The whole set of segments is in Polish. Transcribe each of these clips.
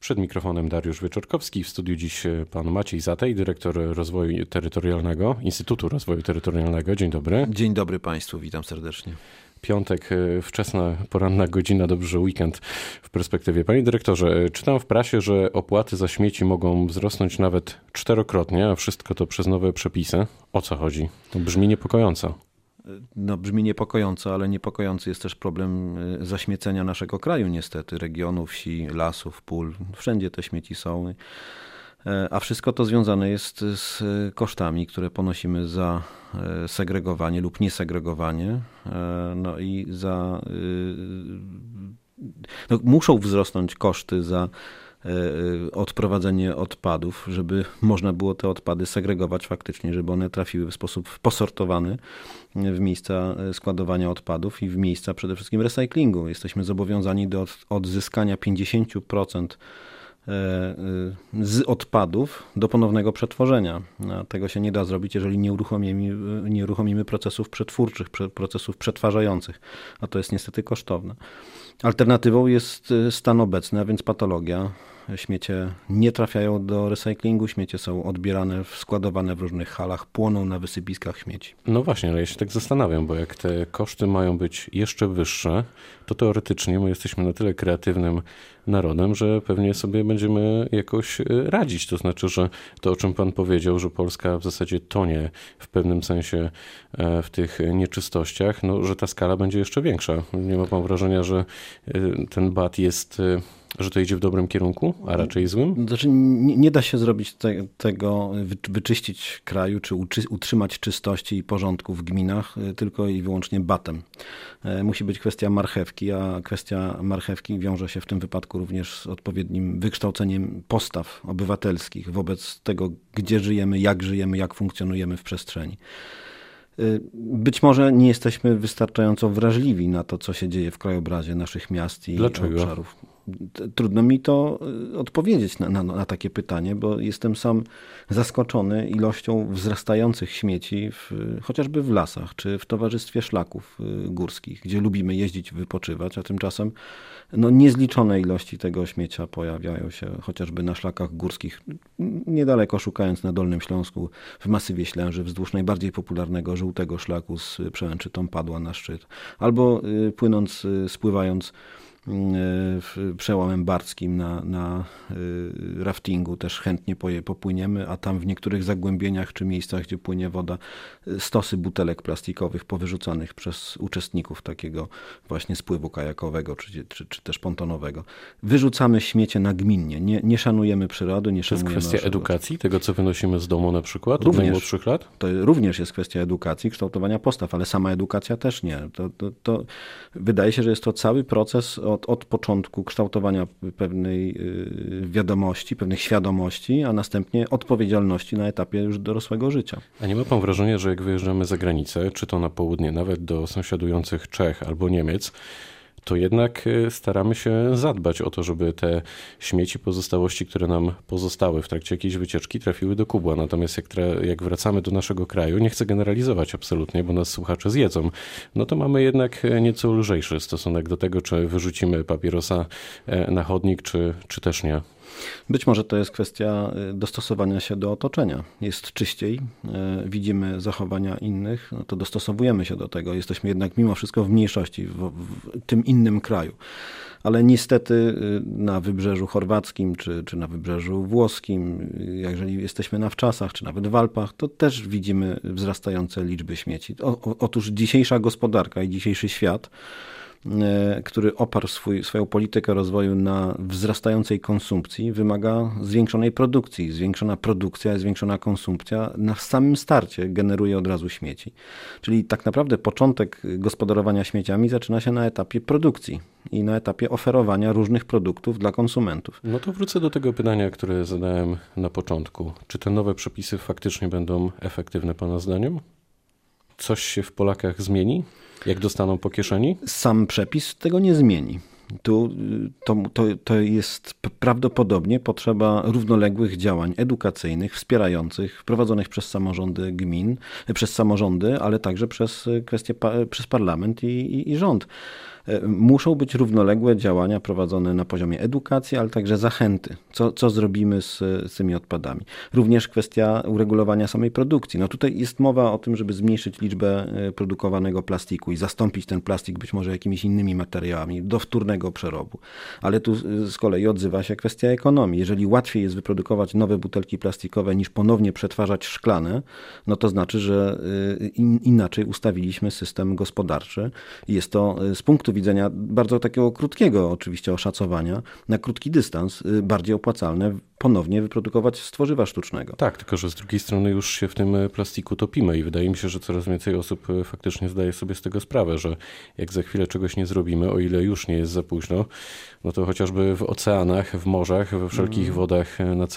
Przed mikrofonem Dariusz Wieczorkowski. W studiu dziś pan Maciej Zatej, dyrektor rozwoju terytorialnego, Instytutu Rozwoju Terytorialnego. Dzień dobry. Dzień dobry Państwu, witam serdecznie. Piątek, wczesna, poranna godzina, dobrze, weekend w perspektywie. Panie dyrektorze, czytam w prasie, że opłaty za śmieci mogą wzrosnąć nawet 4-krotnie, a wszystko to przez nowe przepisy. O co chodzi? To brzmi niepokojąco. No, brzmi niepokojąco, ale niepokojący jest też problem zaśmiecenia naszego kraju niestety, regionów, wsi, lasów, pól. Wszędzie te śmieci są, a wszystko to związane jest z kosztami, które ponosimy za segregowanie lub niesegregowanie. No i muszą wzrosnąć koszty za odprowadzenie odpadów, żeby można było te odpady segregować faktycznie, żeby one trafiły w sposób posortowany w miejsca składowania odpadów i w miejsca przede wszystkim recyklingu. Jesteśmy zobowiązani do odzyskania 50% z odpadów do ponownego przetworzenia. A tego się nie da zrobić, jeżeli nie uruchomimy procesów przetwórczych, procesów przetwarzających, a to jest niestety kosztowne. Alternatywą jest stan obecny, a więc patologia. Śmiecie nie trafiają do recyklingu, śmiecie są odbierane, składowane w różnych halach, płoną na wysypiskach śmieci. No właśnie, ale ja się tak zastanawiam, bo jak te koszty mają być jeszcze wyższe, to teoretycznie my jesteśmy na tyle kreatywnym narodem, że pewnie sobie będziemy jakoś radzić. To znaczy, że to, o czym pan powiedział, że Polska w zasadzie tonie w pewnym sensie w tych nieczystościach, no, że ta skala będzie jeszcze większa. Nie ma pan wrażenia, że ten bat jest... że to idzie w dobrym kierunku, a raczej złym? Znaczy nie da się zrobić tego, wyczyścić kraju, czy utrzymać czystości i porządku w gminach tylko i wyłącznie batem. Musi być kwestia marchewki, a kwestia marchewki wiąże się w tym wypadku również z odpowiednim wykształceniem postaw obywatelskich wobec tego, gdzie żyjemy, jak funkcjonujemy w przestrzeni. Być może nie jesteśmy wystarczająco wrażliwi na to, co się dzieje w krajobrazie naszych miast i obszarów. Trudno mi to odpowiedzieć na takie pytanie, bo jestem sam zaskoczony ilością wzrastających śmieci chociażby w lasach czy w towarzystwie szlaków górskich, gdzie lubimy jeździć, wypoczywać, a tymczasem niezliczone ilości tego śmiecia pojawiają się chociażby na szlakach górskich, niedaleko szukając na Dolnym Śląsku, w masywie Ślęży, wzdłuż najbardziej popularnego żółtego szlaku z przełęczytą Padła na szczyt, albo spływając przełomem barskim na raftingu też chętnie popłyniemy, a tam w niektórych zagłębieniach czy miejscach, gdzie płynie woda, stosy butelek plastikowych powyrzucanych przez uczestników takiego właśnie spływu kajakowego czy też pontonowego. Wyrzucamy śmiecie nagminnie, nie szanujemy przyrody, nie szanujemy. To jest kwestia edukacji, tego co wynosimy z domu na przykład od najmłodszych lat? To również jest kwestia edukacji, kształtowania postaw, ale sama edukacja też nie. To wydaje się, że jest to cały proces od początku kształtowania pewnej wiadomości, pewnych świadomości, a następnie odpowiedzialności na etapie już dorosłego życia. A nie ma pan wrażenia, że jak wyjeżdżamy za granicę, czy to na południe, nawet do sąsiadujących Czech albo Niemiec, to jednak staramy się zadbać o to, żeby te śmieci, pozostałości, które nam pozostały w trakcie jakiejś wycieczki, trafiły do kubła. Natomiast jak wracamy do naszego kraju, nie chcę generalizować absolutnie, bo nas słuchacze zjedzą, no to mamy jednak nieco lżejszy stosunek do tego, czy wyrzucimy papierosa na chodnik, czy też nie. Być może to jest kwestia dostosowania się do otoczenia. Jest czyściej, widzimy zachowania innych, to dostosowujemy się do tego. Jesteśmy jednak mimo wszystko w mniejszości w tym innym kraju. Ale niestety na wybrzeżu chorwackim czy na wybrzeżu włoskim, jeżeli jesteśmy na wczasach czy nawet w Alpach, to też widzimy wzrastające liczby śmieci. Otóż dzisiejsza gospodarka i dzisiejszy świat, który oparł swoją politykę rozwoju na wzrastającej konsumpcji, wymaga zwiększonej produkcji. Zwiększona produkcja, zwiększona konsumpcja na samym starcie generuje od razu śmieci. Czyli tak naprawdę początek gospodarowania śmieciami zaczyna się na etapie produkcji i na etapie oferowania różnych produktów dla konsumentów. No to wrócę do tego pytania, które zadałem na początku. Czy te nowe przepisy faktycznie będą efektywne pana zdaniem? Coś się w Polakach zmieni? Jak dostaną po kieszeni? Sam przepis tego nie zmieni. To jest prawdopodobnie potrzeba równoległych działań edukacyjnych, wspierających, prowadzonych przez samorządy gmin, ale także przez parlament i rząd. Muszą być równoległe działania prowadzone na poziomie edukacji, ale także zachęty. Co zrobimy z tymi odpadami? Również kwestia uregulowania samej produkcji. No tutaj jest mowa o tym, żeby zmniejszyć liczbę produkowanego plastiku i zastąpić ten plastik być może jakimiś innymi materiałami do wtórnego przerobu. Ale tu z kolei odzywa się kwestia ekonomii. Jeżeli łatwiej jest wyprodukować nowe butelki plastikowe niż ponownie przetwarzać szklane, no to znaczy, że inaczej ustawiliśmy system gospodarczy. Jest to z punktu widzenia bardzo takiego krótkiego oczywiście oszacowania, na krótki dystans bardziej opłacalne ponownie wyprodukować z tworzywa sztucznego. Tak, tylko że z drugiej strony już się w tym plastiku topimy i wydaje mi się, że coraz więcej osób faktycznie zdaje sobie z tego sprawę, że jak za chwilę czegoś nie zrobimy, o ile już nie jest za późno, no to chociażby w oceanach, w morzach, we wszelkich wodach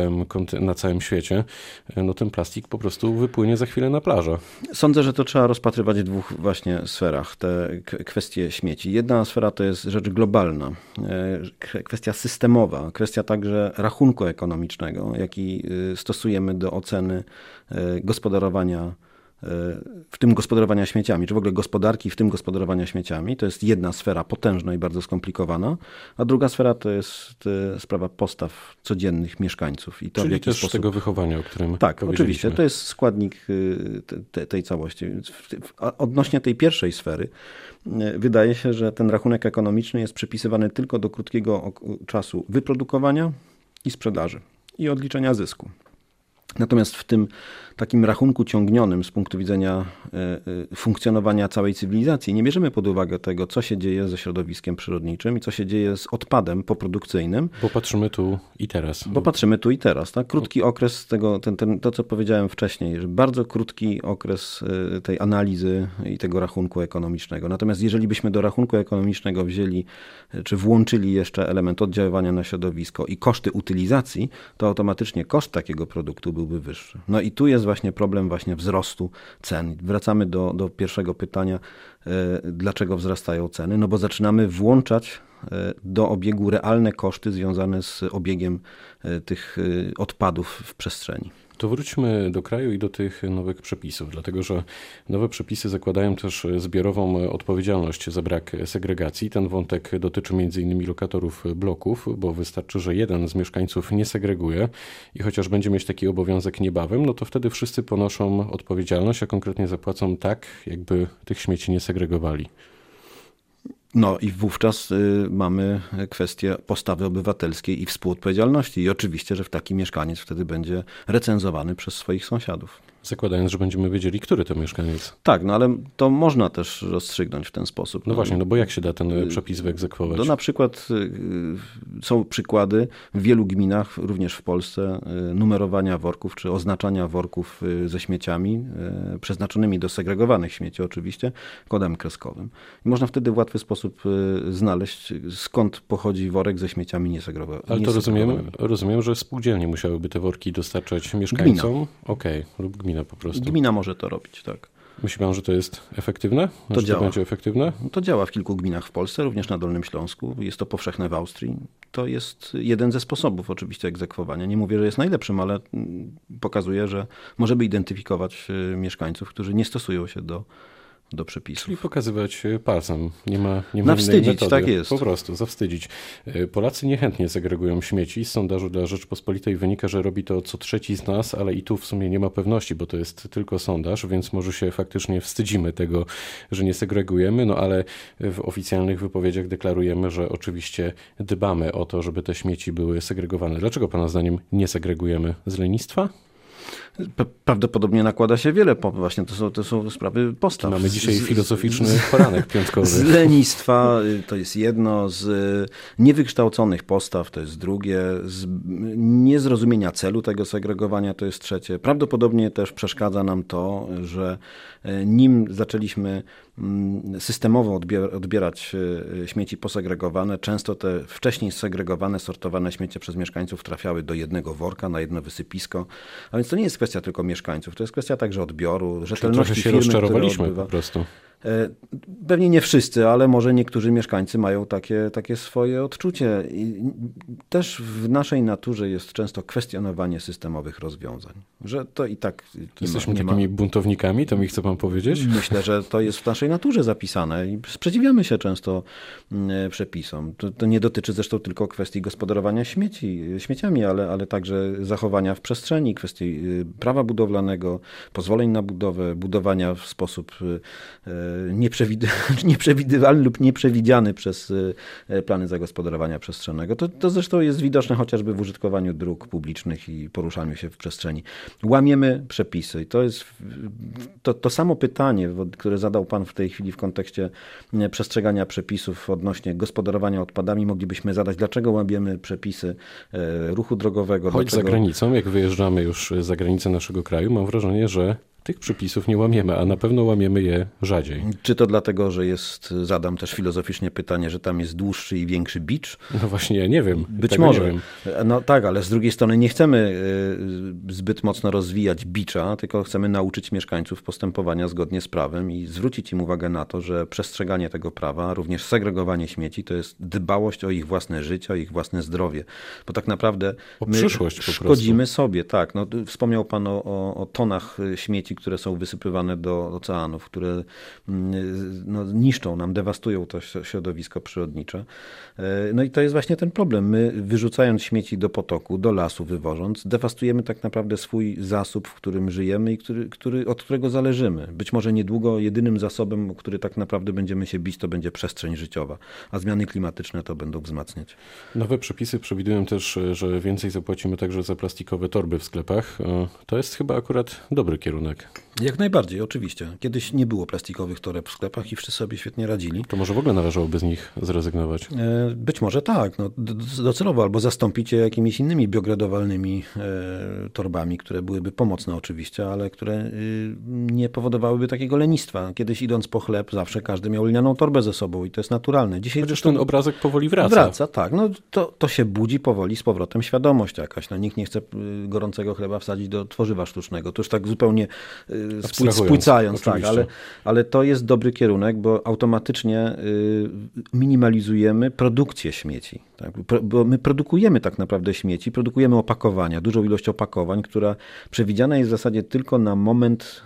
na całym świecie, no ten plastik po prostu wypłynie za chwilę na plażę. Sądzę, że to trzeba rozpatrywać w dwóch właśnie sferach, te kwestie śmieci. Jedna sfera to jest rzecz globalna, kwestia systemowa, kwestia także rachunku ekonomicznego, jaki stosujemy do oceny gospodarowania, w tym gospodarowania śmieciami, czy w ogóle gospodarki, w tym gospodarowania śmieciami. To jest jedna sfera potężna i bardzo skomplikowana, a druga sfera to jest sprawa postaw codziennych mieszkańców. I to czyli w jaki też sposób... tego wychowania, o którym Tak, oczywiście. To jest składnik tej całości. Odnośnie tej pierwszej sfery wydaje się, że ten rachunek ekonomiczny jest przypisywany tylko do krótkiego czasu wyprodukowania i sprzedaży i odliczenia zysku. Natomiast w tym takim rachunku ciągnionym z punktu widzenia funkcjonowania całej cywilizacji nie bierzemy pod uwagę tego, co się dzieje ze środowiskiem przyrodniczym i co się dzieje z odpadem poprodukcyjnym. Bo patrzymy tu i teraz. Tak? Krótki okres tego, to co powiedziałem wcześniej, że bardzo krótki okres tej analizy i tego rachunku ekonomicznego. Natomiast jeżeli byśmy do rachunku ekonomicznego wzięli, czy włączyli jeszcze element oddziaływania na środowisko i koszty utylizacji, to automatycznie koszt takiego produktu byłby wyższy. No i tu jest właśnie problem właśnie wzrostu cen. Wracamy do pierwszego pytania, dlaczego wzrastają ceny? No bo zaczynamy włączać do obiegu realne koszty związane z obiegiem tych odpadów w przestrzeni. To wróćmy do kraju i do tych nowych przepisów, dlatego że nowe przepisy zakładają też zbiorową odpowiedzialność za brak segregacji. Ten wątek dotyczy m.in. lokatorów bloków, bo wystarczy, że jeden z mieszkańców nie segreguje i chociaż będzie mieć taki obowiązek niebawem, no to wtedy wszyscy ponoszą odpowiedzialność, a konkretnie zapłacą tak, jakby tych śmieci nie segregowali. No i wówczas mamy kwestię postawy obywatelskiej i współodpowiedzialności. I oczywiście, że taki mieszkaniec wtedy będzie recenzowany przez swoich sąsiadów. Zakładając, że będziemy wiedzieli, który to mieszkaniec. Tak, no ale to można też rozstrzygnąć w ten sposób. No właśnie, no bo jak się da ten przepis wyegzekwować? No na przykład są przykłady w wielu gminach, również w Polsce, numerowania worków czy oznaczania worków ze śmieciami przeznaczonymi do segregowanych śmieci oczywiście, kodem kreskowym. I można wtedy w łatwy sposób znaleźć, skąd pochodzi worek ze śmieciami niesegregowanymi. Ale to rozumiem, że spółdzielnie musiałyby te worki dostarczać mieszkańcom? Gmina. Okej, lub gmina po prostu. Gmina może to robić, tak. Myśli pan, że to jest efektywne? To działa. To będzie efektywne? To działa w kilku gminach w Polsce, również na Dolnym Śląsku. Jest to powszechne w Austrii. To jest jeden ze sposobów oczywiście egzekwowania. Nie mówię, że jest najlepszym, ale pokazuje, że możemy identyfikować mieszkańców, którzy nie stosują się do przepisów. Czyli pokazywać palcem. Nie ma nawstydzić, innej metody. tak jest. Po prostu, zawstydzić. Polacy niechętnie segregują śmieci. Z sondażu dla Rzeczpospolitej wynika, że robi to co trzeci z nas, ale i tu w sumie nie ma pewności, bo to jest tylko sondaż, więc może się faktycznie wstydzimy tego, że nie segregujemy, no ale w oficjalnych wypowiedziach deklarujemy, że oczywiście dbamy o to, żeby te śmieci były segregowane. Dlaczego pana zdaniem nie segregujemy? Z lenistwa? Prawdopodobnie nakłada się wiele, właśnie to są sprawy postaw. Mamy dzisiaj filozoficzny poranek piątkowy. Z lenistwa to jest jedno, z niewykształconych postaw to jest drugie, z niezrozumienia celu tego segregowania to jest trzecie. Prawdopodobnie też przeszkadza nam to, że nim zaczęliśmy systemowo odbierać śmieci posegregowane, często te wcześniej segregowane, sortowane śmiecie przez mieszkańców trafiały do jednego worka, na jedno wysypisko. A więc to nie jest kwestia tylko mieszkańców, to jest kwestia także odbioru, rzetelności trochę się firmy, rozczarowaliśmy która po prostu. Pewnie nie wszyscy, ale może niektórzy mieszkańcy mają takie swoje odczucie. I też w naszej naturze jest często kwestionowanie systemowych rozwiązań. Że to i tak Jesteśmy takimi buntownikami, to mi chce pan powiedzieć? Myślę, że to jest w naszej naturze zapisane i sprzeciwiamy się często przepisom. To nie dotyczy zresztą tylko kwestii gospodarowania śmieciami, ale także zachowania w przestrzeni, kwestii prawa budowlanego, pozwoleń na budowę, budowania w sposób nieprzewidywalny lub nieprzewidziany przez plany zagospodarowania przestrzennego. To zresztą jest widoczne chociażby w użytkowaniu dróg publicznych i poruszaniu się w przestrzeni. Łamiemy przepisy. To jest to samo pytanie, które zadał pan w tej chwili w kontekście przestrzegania przepisów odnośnie gospodarowania odpadami, moglibyśmy zadać, dlaczego łamiemy przepisy ruchu drogowego. Choć za granicą, jak wyjeżdżamy już za granicę naszego kraju, mam wrażenie, że tych przepisów nie łamiemy, a na pewno łamiemy je rzadziej. Czy to dlatego, że zadam też filozoficznie pytanie, że tam jest dłuższy i większy bicz? No właśnie, ja nie wiem. Być może. Nie wiem. No tak, ale z drugiej strony nie chcemy zbyt mocno rozwijać bicza, tylko chcemy nauczyć mieszkańców postępowania zgodnie z prawem i zwrócić im uwagę na to, że przestrzeganie tego prawa, również segregowanie śmieci, to jest dbałość o ich własne życie, o ich własne zdrowie. Bo tak naprawdę my szkodzimy sobie. Tak, no, wspomniał pan o tonach śmieci, które są wysypywane do oceanów, które niszczą nam, dewastują to środowisko przyrodnicze. No i to jest właśnie ten problem. My wyrzucając śmieci do potoku, do lasu wywożąc, dewastujemy tak naprawdę swój zasób, w którym żyjemy i od którego zależymy. Być może niedługo jedynym zasobem, o który tak naprawdę będziemy się bić, to będzie przestrzeń życiowa, a zmiany klimatyczne to będą wzmacniać. Nowe przepisy przewidują też, że więcej zapłacimy także za plastikowe torby w sklepach. To jest chyba akurat dobry kierunek. Jak najbardziej, oczywiście. Kiedyś nie było plastikowych toreb w sklepach i wszyscy sobie świetnie radzili. To może w ogóle należałoby z nich zrezygnować? Być może tak, no, docelowo, albo zastąpić je jakimiś innymi biogradowalnymi torbami, które byłyby pomocne oczywiście, ale które nie powodowałyby takiego lenistwa. Kiedyś idąc po chleb zawsze każdy miał lnianą torbę ze sobą i to jest naturalne. Dzisiaj chociaż ten obrazek powoli wraca. Wraca, tak. No, to się budzi powoli z powrotem świadomość jakaś. No, nikt nie chce gorącego chleba wsadzić do tworzywa sztucznego. To już tak zupełnie spłycając, tak, ale to jest dobry kierunek, bo automatycznie minimalizujemy produkcję śmieci. Tak? Bo my produkujemy tak naprawdę śmieci, produkujemy opakowania, dużą ilość opakowań, która przewidziana jest w zasadzie tylko na moment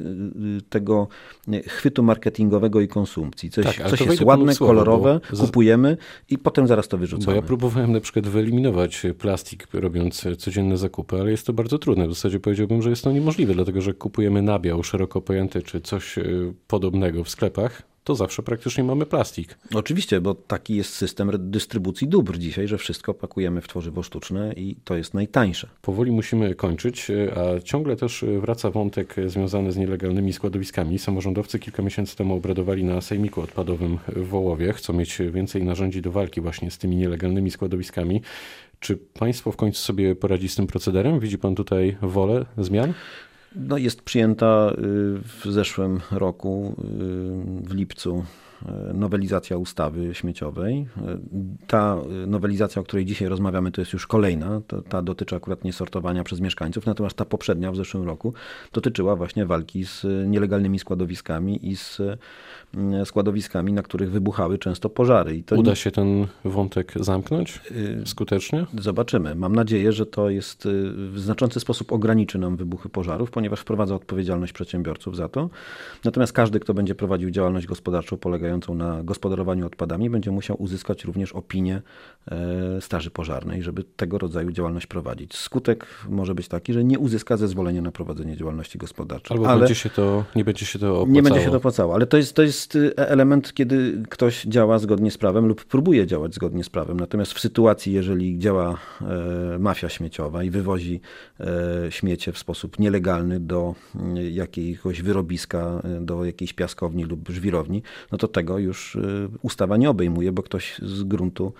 tego chwytu marketingowego i konsumpcji. Coś jest ładne, kolorowe, kupujemy i potem zaraz to wyrzucamy. Bo ja próbowałem na przykład wyeliminować plastik, robiąc codzienne zakupy, ale jest to bardzo trudne. W zasadzie powiedziałbym, że jest to niemożliwe, dlatego że kupujemy nabiał szeroko pojęty czy coś podobnego w sklepach, to zawsze praktycznie mamy plastik. Oczywiście, bo taki jest system dystrybucji dóbr dzisiaj, że wszystko pakujemy w tworzywo sztuczne i to jest najtańsze. Powoli musimy kończyć, a ciągle też wraca wątek związany z nielegalnymi składowiskami. Samorządowcy kilka miesięcy temu obradowali na sejmiku odpadowym w Wołowie. Chcą mieć więcej narzędzi do walki właśnie z tymi nielegalnymi składowiskami. Czy państwo w końcu sobie poradzi z tym procederem? Widzi pan tutaj wolę zmian? No, jest przyjęta w zeszłym roku, w lipcu, nowelizacja ustawy śmieciowej. Ta nowelizacja, o której dzisiaj rozmawiamy, to jest już kolejna. Ta dotyczy akurat nie sortowania przez mieszkańców, natomiast ta poprzednia w zeszłym roku dotyczyła właśnie walki z nielegalnymi składowiskami i z składowiskami, na których wybuchały często pożary. I to uda się ten wątek zamknąć skutecznie? Zobaczymy. Mam nadzieję, że to jest w znaczący sposób ograniczy nam wybuchy pożarów, ponieważ wprowadza odpowiedzialność przedsiębiorców za to. Natomiast każdy, kto będzie prowadził działalność gospodarczą polegającą na gospodarowaniu odpadami, będzie musiał uzyskać również opinię Straży Pożarnej, żeby tego rodzaju działalność prowadzić. Skutek może być taki, że nie uzyska zezwolenia na prowadzenie działalności gospodarczej. Albo nie będzie się to opłacało. Nie będzie się to opłacało, ale to jest element, kiedy ktoś działa zgodnie z prawem lub próbuje działać zgodnie z prawem. Natomiast w sytuacji, jeżeli działa mafia śmieciowa i wywozi śmiecie w sposób nielegalny do jakiegoś wyrobiska, do jakiejś piaskowni lub żwirowni, no to tego już ustawa nie obejmuje, bo ktoś z gruntu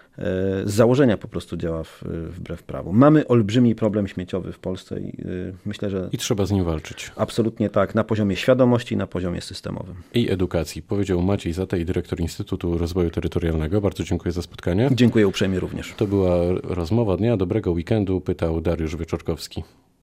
z założenia po prostu działa wbrew prawu. Mamy olbrzymi problem śmieciowy w Polsce i myślę, że... I trzeba z nim walczyć. Absolutnie tak, na poziomie świadomości i na poziomie systemowym. I edukacji. Powiedział Maciej Zatej, dyrektor Instytutu Rozwoju Terytorialnego. Bardzo dziękuję za spotkanie. Dziękuję uprzejmie również. To była rozmowa dnia. Dobrego weekendu, pytał Dariusz Wieczorkowski.